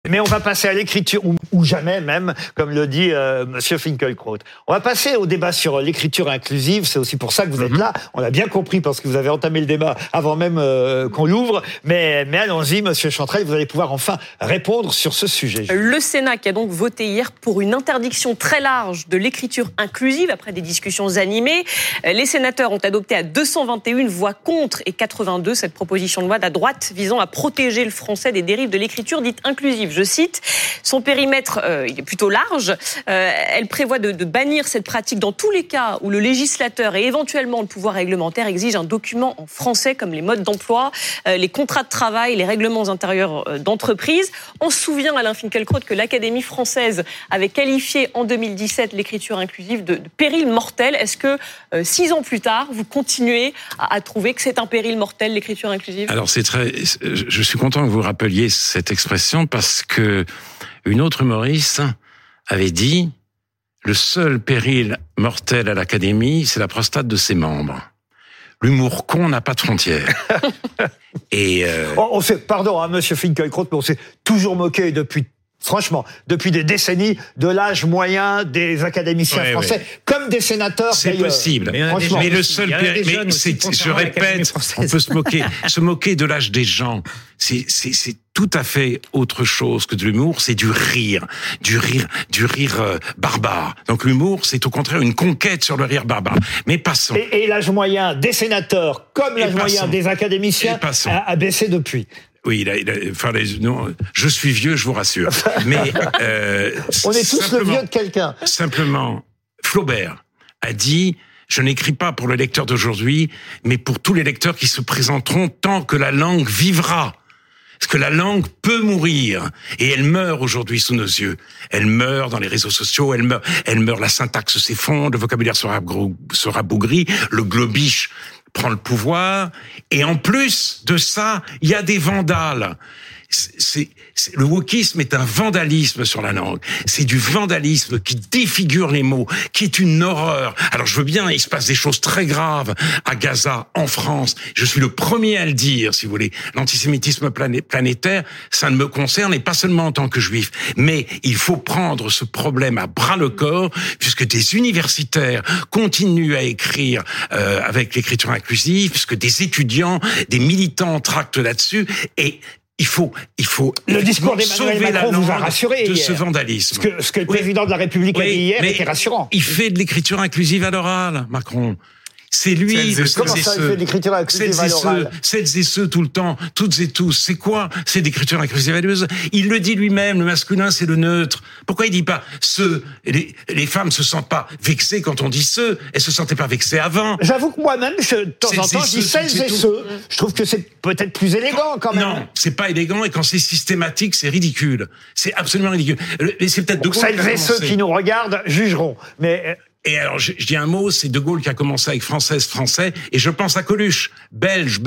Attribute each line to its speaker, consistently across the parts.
Speaker 1: Mais on va passer à l'écriture, ou jamais même, comme le dit Monsieur Finkielkraut. On va passer au débat sur l'écriture inclusive. C'est aussi pour ça que vous êtes là. On l'a bien compris parce que vous avez entamé le débat avant même qu'on l'ouvre. Mais allons-y, Monsieur Chantrel, vous allez pouvoir enfin répondre sur ce sujet.
Speaker 2: Le Sénat qui a donc voté hier pour une interdiction très large de l'écriture inclusive après des discussions animées. Les sénateurs ont adopté à 221 voix contre et 82 cette proposition de loi de la droite visant à protéger le français des dérives de l'écriture dite inclusive. Je cite, son périmètre il est plutôt large. Elle prévoit de bannir cette pratique dans tous les cas où le législateur et éventuellement le pouvoir réglementaire exigent un document en français comme les modes d'emploi, les contrats de travail, les règlements intérieurs d'entreprise. On se souvient, Alain Finkielkraut, que l'Académie française avait qualifié en 2017 l'écriture inclusive de péril mortel. Est-ce que 6 ans plus tard, vous continuez à trouver que c'est un péril mortel, l'écriture inclusive ?
Speaker 3: Alors je suis content que vous rappeliez cette expression parce que une autre humoriste avait dit le seul péril mortel à l'Académie, c'est la prostate de ses membres. L'humour con n'a pas de frontières. Et
Speaker 1: on s'est, pardon, Monsieur Finkielkraut, mais on s'est toujours moqué depuis des décennies de l'âge moyen des académiciens français, comme des sénateurs.
Speaker 3: C'est
Speaker 1: d'ailleurs.
Speaker 3: possible. Mais le seul péril, je répète, on peut se moquer de l'âge des gens. C'est tout à fait autre chose que de l'humour, c'est du rire barbare. Donc l'humour, c'est au contraire une conquête sur le rire barbare. Mais passons.
Speaker 1: Et l'âge moyen des sénateurs, comme l'âge moyen des académiciens, a baissé depuis.
Speaker 3: Oui, non, je suis vieux, je vous rassure. Mais
Speaker 1: on est tous le vieux de quelqu'un.
Speaker 3: Simplement, Flaubert a dit « Je n'écris pas pour le lecteur d'aujourd'hui, mais pour tous les lecteurs qui se présenteront tant que la langue vivra. » Parce que la langue peut mourir, et elle meurt aujourd'hui sous nos yeux. Elle meurt dans les réseaux sociaux, elle meurt, la syntaxe s'effondre, le vocabulaire sera bougri, le globish prend le pouvoir, et en plus de ça, il y a des vandales. Le wokisme est un vandalisme sur la langue. C'est du vandalisme qui défigure les mots, qui est une horreur. Alors je veux bien, il se passe des choses très graves à Gaza, en France. Je suis le premier à le dire, si vous voulez. L'antisémitisme planétaire, ça ne me concerne, et pas seulement en tant que juif. Mais il faut prendre ce problème à bras-le-corps, puisque des universitaires continuent à écrire avec l'écriture inclusive, puisque des étudiants, des militants tractent là-dessus, et il faut
Speaker 1: le discours d'Emmanuel Macron vous a rassuré
Speaker 3: de
Speaker 1: hier.
Speaker 3: Ce vandalisme.
Speaker 1: Ce que le président de la République a dit hier était rassurant.
Speaker 3: Il fait de l'écriture inclusive à l'oral, Macron. C'est lui,
Speaker 1: comment ça, il fait de l'écriture inclusive à l'oral ?
Speaker 3: Celles et ceux tout le temps, toutes et tous. C'est quoi ? C'est d'écriture inclusive à l'oral. Il le dit lui-même, le masculin c'est le neutre. Pourquoi il dit pas ceux ? Les femmes se sentent pas vexées quand on dit ceux, elles se sentaient pas vexées avant.
Speaker 1: J'avoue que moi-même, de temps en temps, je dis celles et ceux. Je trouve que c'est peut-être plus élégant quand même.
Speaker 3: Non, c'est pas élégant, et quand c'est systématique, c'est ridicule. C'est absolument ridicule. Mais c'est peut-être De Gaulle.
Speaker 1: Celles et ceux qui nous regardent jugeront. Mais
Speaker 3: et alors, je dis un mot, c'est De Gaulle qui a commencé avec français, et je pense à Coluche, belge.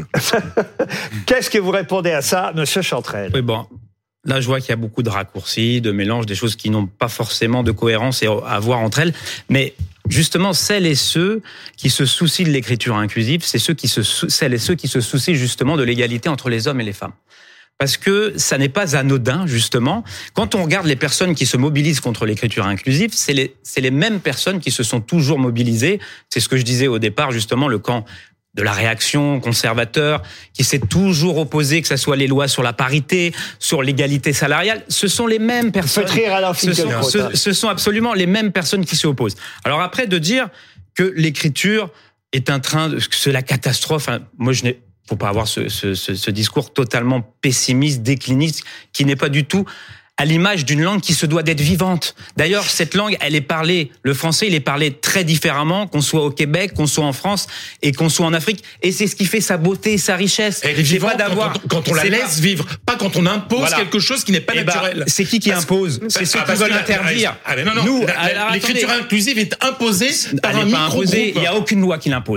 Speaker 1: Qu'est-ce que vous répondez à ça, Monsieur Chantrel ?
Speaker 4: Oui, bon, là, je vois qu'il y a beaucoup de raccourcis, de mélanges, des choses qui n'ont pas forcément de cohérence à voir entre elles. Mais justement, celles et ceux qui se soucient de l'écriture inclusive, c'est celles et ceux qui se soucient justement de l'égalité entre les hommes et les femmes. Parce que ça n'est pas anodin, justement. Quand on regarde les personnes qui se mobilisent contre l'écriture inclusive, c'est les mêmes personnes qui se sont toujours mobilisées. C'est ce que je disais au départ, justement, le camp de la réaction conservateur, qui s'est toujours opposé, que ce soit les lois sur la parité, sur l'égalité salariale. Ce sont les mêmes personnes. Ce sont absolument les mêmes personnes qui s'y opposent. Alors après, de dire que l'écriture est c'est la catastrophe, moi faut pas avoir ce discours totalement pessimiste, décliniste, qui n'est pas du tout à l'image d'une langue qui se doit d'être vivante. D'ailleurs, cette langue, elle est parlée, le français, il est parlé très différemment, qu'on soit au Québec, qu'on soit en France et qu'on soit en Afrique. Et c'est ce qui fait sa beauté, sa richesse.
Speaker 5: Elle est vivante quand on la laisse vivre, pas quand on impose quelque chose qui n'est pas naturel.
Speaker 4: C'est qui impose ? C'est ceux qui veulent l'interdire.
Speaker 5: Non, l'écriture inclusive est imposée par un micro-groupe.
Speaker 4: Il n'y a aucune loi qui l'impose.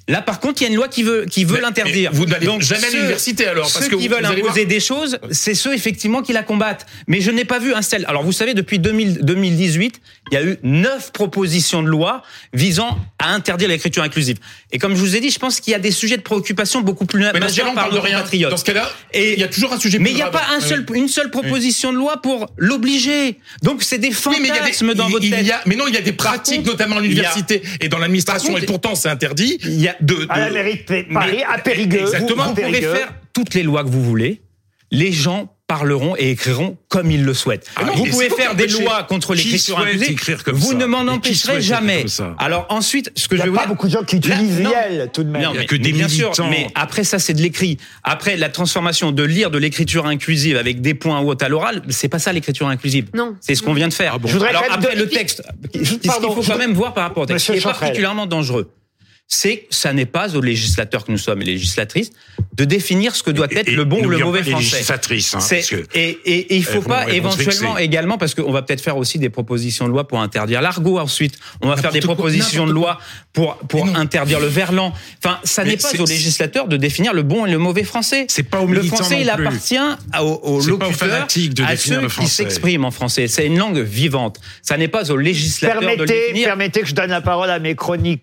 Speaker 4: Là, par contre, il y a une loi qui veut l'interdire.
Speaker 5: Mais vous n'allez jamais à l'université alors, parce
Speaker 4: ceux
Speaker 5: que
Speaker 4: qui veulent imposer des choses, c'est ceux effectivement qui la combattent. Mais je n'ai pas vu un seul. Alors, vous savez, depuis 2018, il y a eu 9 propositions de loi visant à interdire l'écriture inclusive. Et comme je vous ai dit, je pense qu'il y a des sujets de préoccupation beaucoup plus majeurs par nos compatriotes.
Speaker 5: Dans ce cas-là, il y a toujours un sujet.
Speaker 4: Mais il n'y a pas une seule proposition de loi pour l'obliger. Donc, c'est des fantasmes dans votre tête.
Speaker 5: Mais non, il y a des pratiques, notamment à l'université et dans l'administration, et pourtant c'est interdit.
Speaker 4: Il y a
Speaker 1: à la mairie de Paris, à Périgueux.
Speaker 4: Exactement. Vous pourrez faire toutes les lois que vous voulez. Les gens parleront et écriront comme ils le souhaitent. Vous pouvez faire des lois contre l'écriture inclusive. Vous ne m'en empêcherez jamais. Alors ensuite, ce que je vais vous dire,
Speaker 1: il y a pas beaucoup de gens qui utilisent Yel, tout de même.
Speaker 3: Il y a que des militants.
Speaker 4: Mais après ça, c'est de l'écrit. Après la transformation de lire de l'écriture inclusive avec des points ou autres à l'oral, c'est pas ça l'écriture inclusive.
Speaker 2: Non.
Speaker 4: C'est ce qu'on vient de faire. Alors après le texte, ce qu'il faut quand même voir par rapport au texte, qui est particulièrement dangereux, c'est que ça n'est pas aux législateurs que nous sommes et législatrices de définir ce que doit être le bon ou le mauvais français. Et il faut pas éventuellement également, parce qu'on va peut-être faire aussi des propositions de loi pour interdire l'argot ensuite. On va faire des propositions de loi pour interdire le verlan. Enfin, ça n'est pas aux législateurs de définir le bon et le mauvais français.
Speaker 3: C'est pas aux
Speaker 4: le
Speaker 3: militants
Speaker 4: français, il appartient aux locuteurs, à ceux qui s'expriment en français. C'est une langue vivante. Ça n'est pas aux législateurs de le définir.
Speaker 1: Permettez que je donne la parole à mes chroniques.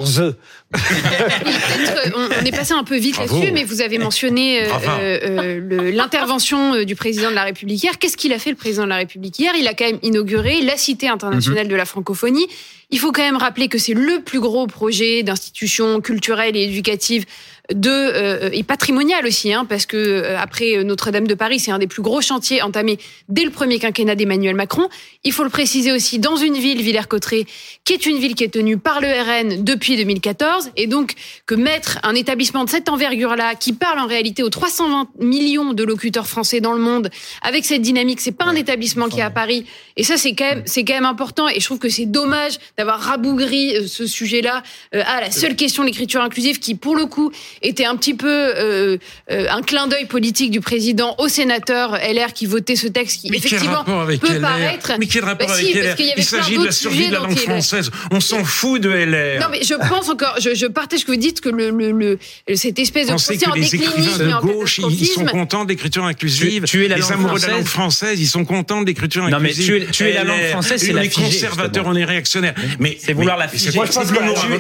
Speaker 6: On est passé un peu vite là-dessus, mais vous avez mentionné l'intervention du président de la République hier. Qu'est-ce qu'il a fait, le président de la République hier ? Il a quand même inauguré la Cité internationale de la francophonie. Il faut quand même rappeler que c'est le plus gros projet d'institution culturelle et éducative et patrimonial aussi, parce que après Notre-Dame de Paris, c'est un des plus gros chantiers entamés dès le premier quinquennat d'Emmanuel Macron. Il faut le préciser aussi, dans une ville, Villers-Cotterêts, qui est une ville qui est tenue par le RN depuis 2014, et donc que mettre un établissement de cette envergure-là, qui parle en réalité aux 320 millions de locuteurs français dans le monde, avec cette dynamique, c'est pas un établissement qui est à Paris, et ça c'est quand même important, et je trouve que c'est dommage d'avoir rabougri ce sujet-là à la seule question de l'écriture inclusive, qui pour le coup était un petit peu un clin d'œil politique du président aux sénateurs LR qui votaient ce texte qui effectivement peut paraître.
Speaker 3: Mais quel rapport avec LR ? Il s'agit de la survie de la langue française. On s'en fout de LR.
Speaker 6: Non mais je pense encore, je partage ce que vous dites, que cette espèce de procès en déclinisme
Speaker 3: de gauche, ils sont contents d'écriture inclusive. Les amoureux de la langue française, ils sont contents d'écriture inclusive.
Speaker 4: Non mais tuer la langue française, c'est la
Speaker 3: les conservateurs, on est réactionnaires. Mais
Speaker 4: c'est vouloir la figer.
Speaker 1: Moi, je pense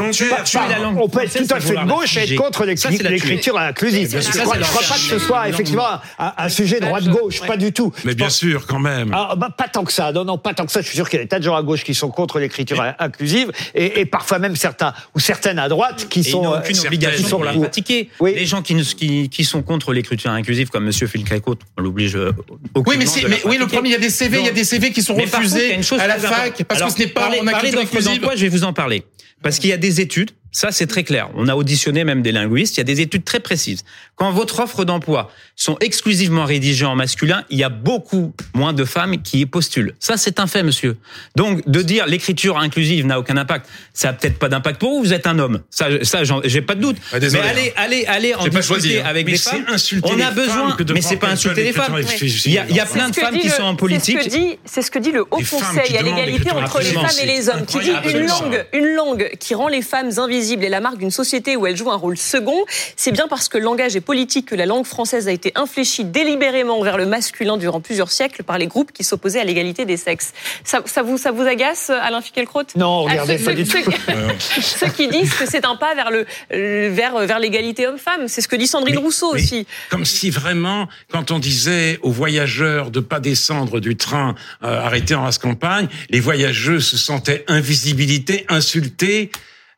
Speaker 1: qu'on peut être tout à fait de gauche et être contre l'écriture inclusive. Je ne crois pas que ce soit effectivement un sujet droite-gauche, pas du tout.
Speaker 3: Mais bien sûr, quand même.
Speaker 1: Pas tant que ça. Non, pas tant que ça. Je suis sûr qu'il y a des tas de gens à gauche qui sont contre l'écriture inclusive et parfois même certains ou certaines à droite qui sont
Speaker 4: aucune obligation pour la pratiquer. Oui. Les gens qui sont contre l'écriture inclusive, comme Monsieur Philcrécourt, on l'oblige aucunement.
Speaker 5: Oui, le premier, il y a des CV qui sont refusés à la fac parce que ce n'est pas en écriture inclusive.
Speaker 4: Je vais vous en parler. Parce qu'il y a des études, ça c'est très clair, on a auditionné même des linguistes, il y a des études très précises. Quand votre offre d'emploi sont exclusivement rédigées en masculin, il y a beaucoup moins de femmes qui y postulent. Ça c'est un fait, monsieur. Donc de dire l'écriture inclusive n'a aucun impact, ça n'a peut-être pas d'impact pour vous, vous êtes un homme. Ça j'ai pas de doute.
Speaker 5: Désolé,
Speaker 4: mais allez en discuter avec des femmes. On a besoin, mais c'est pas insulter les femmes. Il y a plein de femmes qui sont en politique.
Speaker 2: C'est ce que dit le Haut Conseil à l'égalité entre les femmes et les hommes, qui dit une langue qui rend les femmes invisibles est la marque d'une société où elles jouent un rôle second. C'est bien parce que le langage est politique que la langue française a été infléchie délibérément vers le masculin durant plusieurs siècles par les groupes qui s'opposaient à l'égalité des sexes. Ça vous agace, Alain Finkielkraut ?
Speaker 1: Non, regardez, pas du tout.
Speaker 2: Ceux qui disent que c'est un pas vers l'égalité homme-femme, c'est ce que dit Sandrine Rousseau aussi.
Speaker 3: Comme si vraiment, quand on disait aux voyageurs de pas descendre du train arrêté en race campagne, les voyageurs se sentaient invisibilité, insultés,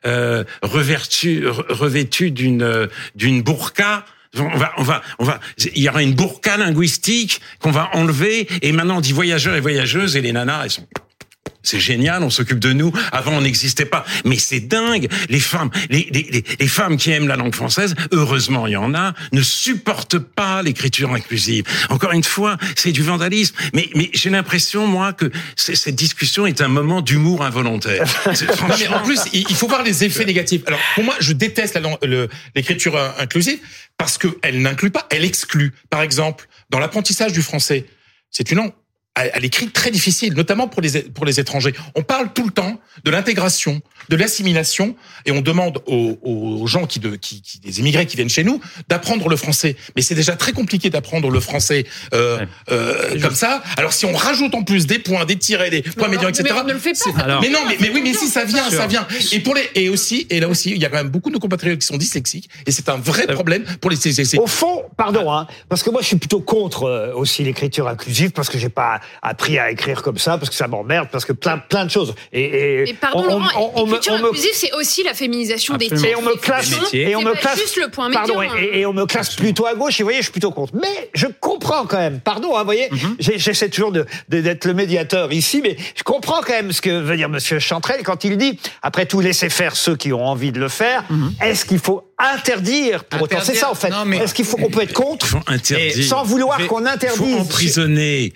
Speaker 3: revêtus d'une burqa. Il y aura une burqa linguistique qu'on va enlever, et maintenant on dit voyageurs et voyageuses, et les nanas, elles sont... C'est génial, on s'occupe de nous. Avant, on n'existait pas. Mais c'est dingue. Les femmes qui aiment la langue française, heureusement, il y en a, ne supportent pas l'écriture inclusive. Encore une fois, c'est du vandalisme. Mais j'ai l'impression, moi, que cette discussion est un moment d'humour involontaire.
Speaker 5: Non, mais en plus, il faut voir les effets négatifs. Alors, pour moi, je déteste l'écriture inclusive parce qu'elle n'inclut pas, elle exclut. Par exemple, dans l'apprentissage du français, c'est une langue à l'écrit très difficile, notamment pour les étrangers. On parle tout le temps de l'intégration, de l'assimilation, et on demande aux gens des immigrés qui viennent chez nous d'apprendre le français. Mais c'est déjà très compliqué d'apprendre le français comme ça. Alors si on rajoute en plus des points, des tirets, des points médians, etc.
Speaker 6: Mais on ne le fait pas.
Speaker 5: Mais non, mais oui, mais si ça vient. Et là aussi, il y a quand même beaucoup de compatriotes qui sont dyslexiques, et c'est un vrai problème pour les dyslexiques.
Speaker 1: Au fond, pardon, parce que moi je suis plutôt contre aussi l'écriture inclusive, parce que j'ai pas appris à écrire comme ça, parce que ça m'emmerde, parce que plein de choses.
Speaker 6: Mais pardon, Laurent, l'écriture inclusive, c'est aussi la féminisation des titres.
Speaker 1: Et on me classe,
Speaker 6: juste le point médian.
Speaker 1: Pardon, et on me classe plutôt à gauche, et vous voyez, je suis plutôt contre. Mais je comprends quand même, pardon, vous voyez, j'essaie toujours d'être le médiateur ici, mais je comprends quand même ce que veut dire Monsieur Chantrel quand il dit, après tout, laissez faire ceux qui ont envie de le faire. Est-ce qu'il faut interdire pour autant? C'est ça en fait. Est-ce qu'il faut qu'on peut être contre, sans vouloir qu'on interdise?
Speaker 3: Il faut emprisonner.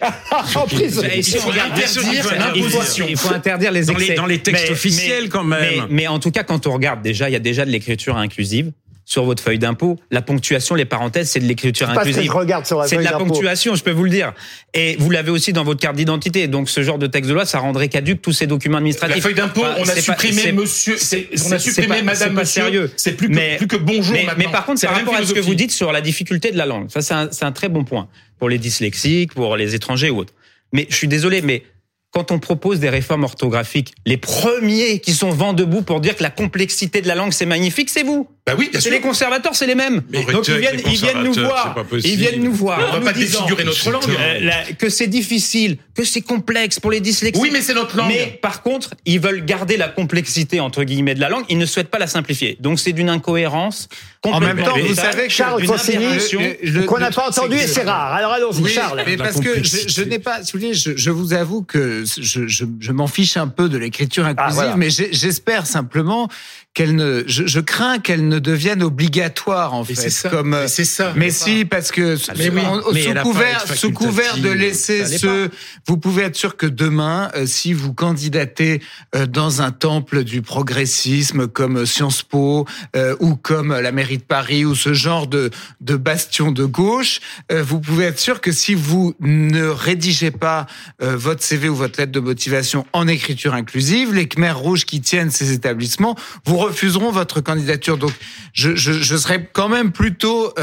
Speaker 4: Il faut interdire les excès.
Speaker 3: Dans les textes officiels quand même.
Speaker 4: Mais en tout cas, quand on regarde il y a déjà de l'écriture inclusive. Sur votre feuille d'impôt, la ponctuation, les parenthèses, c'est de l'écriture inclusive.
Speaker 1: Parce que je regarde sur la
Speaker 4: c'est
Speaker 1: feuille
Speaker 4: de la
Speaker 1: d'impôt.
Speaker 4: ponctuation, je peux vous le dire. Et vous l'avez aussi dans votre carte d'identité. Donc ce genre de texte de loi, ça rendrait caduque tous ces documents administratifs.
Speaker 5: La feuille d'impôt, on a supprimé monsieur, on a supprimé madame, monsieur. Sérieux. C'est plus que bonjour maintenant.
Speaker 4: Mais par contre, par rapport à ce que vous dites sur la difficulté de la langue, ça c'est un très bon point pour les dyslexiques, pour les étrangers ou autres. Mais je suis désolé, mais quand on propose des réformes orthographiques, les premiers qui sont vent debout pour dire que la complexité de la langue c'est magnifique, c'est vous.
Speaker 5: Bah oui, bien sûr.
Speaker 4: C'est les conservateurs, c'est les mêmes. Donc ils viennent nous voir. Ils viennent nous voir.
Speaker 5: On va pas défigurer notre langue.
Speaker 4: Que c'est difficile, que c'est complexe pour les dyslexiques.
Speaker 5: Oui, mais c'est notre langue.
Speaker 4: Mais par contre, ils veulent garder la complexité entre guillemets de la langue. Ils ne souhaitent pas la simplifier. Donc c'est d'une incohérence.
Speaker 7: En même temps, vous savez que
Speaker 1: Charles Consigny, qu'on n'a pas entendu, et c'est rare. Alors allons-y, Charles.
Speaker 7: Mais parce que je n'ai pas, si vous voulez, je vous avoue que je m'en fiche un peu de l'écriture inclusive,
Speaker 1: voilà.
Speaker 7: mais j'espère simplement je crains qu'elle ne devienne obligatoire en fait.
Speaker 5: C'est ça.
Speaker 7: Mais si, parce que sous couvert de laisser vous pouvez être sûr que demain, si vous candidatez dans un temple du progressisme comme Sciences Po ou comme la mairie de Paris ou ce genre de bastion de gauche, vous pouvez être sûr que si vous ne rédigez pas votre CV ou votre lettre de motivation en écriture inclusive, les Khmers rouges qui tiennent ces établissements vous refuseront votre candidature. Donc, je serais quand même plutôt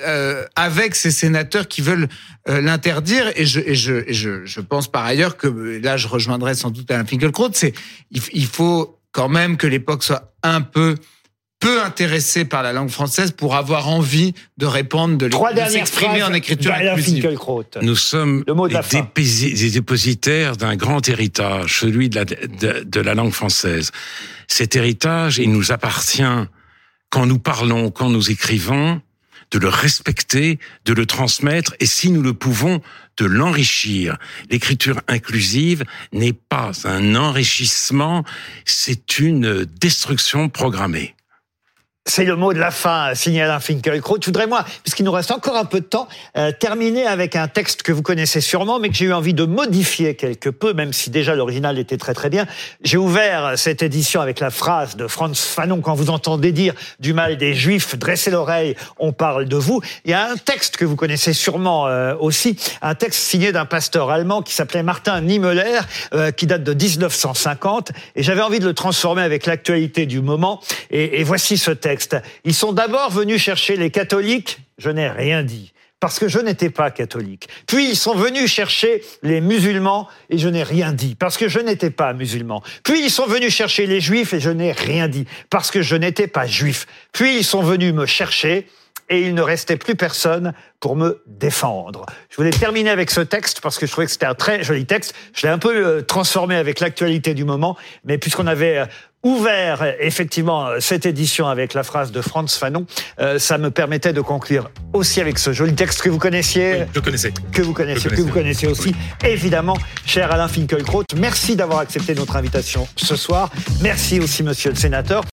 Speaker 7: avec ces sénateurs qui veulent l'interdire. Et je pense par ailleurs que là, je rejoindrai sans doute Alain Finkielkraut. Il faut quand même que l'époque soit un peu intéressé par la langue française pour avoir envie de répandre, de s'exprimer en écriture inclusive.
Speaker 3: Nous sommes des dépositaires d'un grand héritage, celui de la langue française. Cet héritage, il nous appartient, quand nous parlons, quand nous écrivons, de le respecter, de le transmettre, et si nous le pouvons, de l'enrichir. L'écriture inclusive n'est pas un enrichissement, c'est une destruction programmée.
Speaker 1: C'est le mot de la fin, signé Alain Finkielkraut. Je voudrais, moi, puisqu'il nous reste encore un peu de temps, terminer avec un texte que vous connaissez sûrement, mais que j'ai eu envie de modifier quelque peu, même si déjà l'original était très très bien. J'ai ouvert cette édition avec la phrase de Frantz Fanon: quand vous entendez dire du mal des Juifs, dressez l'oreille, on parle de vous. Il y a un texte que vous connaissez sûrement aussi, un texte signé d'un pasteur allemand qui s'appelait Martin Niemöller, qui date de 1950, et j'avais envie de le transformer avec l'actualité du moment, et voici ce texte. Ils sont d'abord venus chercher les catholiques, je n'ai rien dit, parce que je n'étais pas catholique. Puis ils sont venus chercher les musulmans, et je n'ai rien dit, parce que je n'étais pas musulman. Puis ils sont venus chercher les juifs, et je n'ai rien dit, parce que je n'étais pas juif. Puis ils sont venus me chercher, et il ne restait plus personne pour me défendre. Je voulais terminer avec ce texte parce que je trouvais que c'était un très joli texte. Je l'ai un peu transformé avec l'actualité du moment, mais puisqu'on avait ouvert effectivement cette édition avec la phrase de Frantz Fanon, ça me permettait de conclure aussi avec ce joli texte que vous connaissiez.
Speaker 5: Oui, je connaissais.
Speaker 1: Que vous connaissez aussi, oui. Évidemment, cher Alain Finkielkraut. Merci d'avoir accepté notre invitation ce soir. Merci aussi, monsieur le sénateur.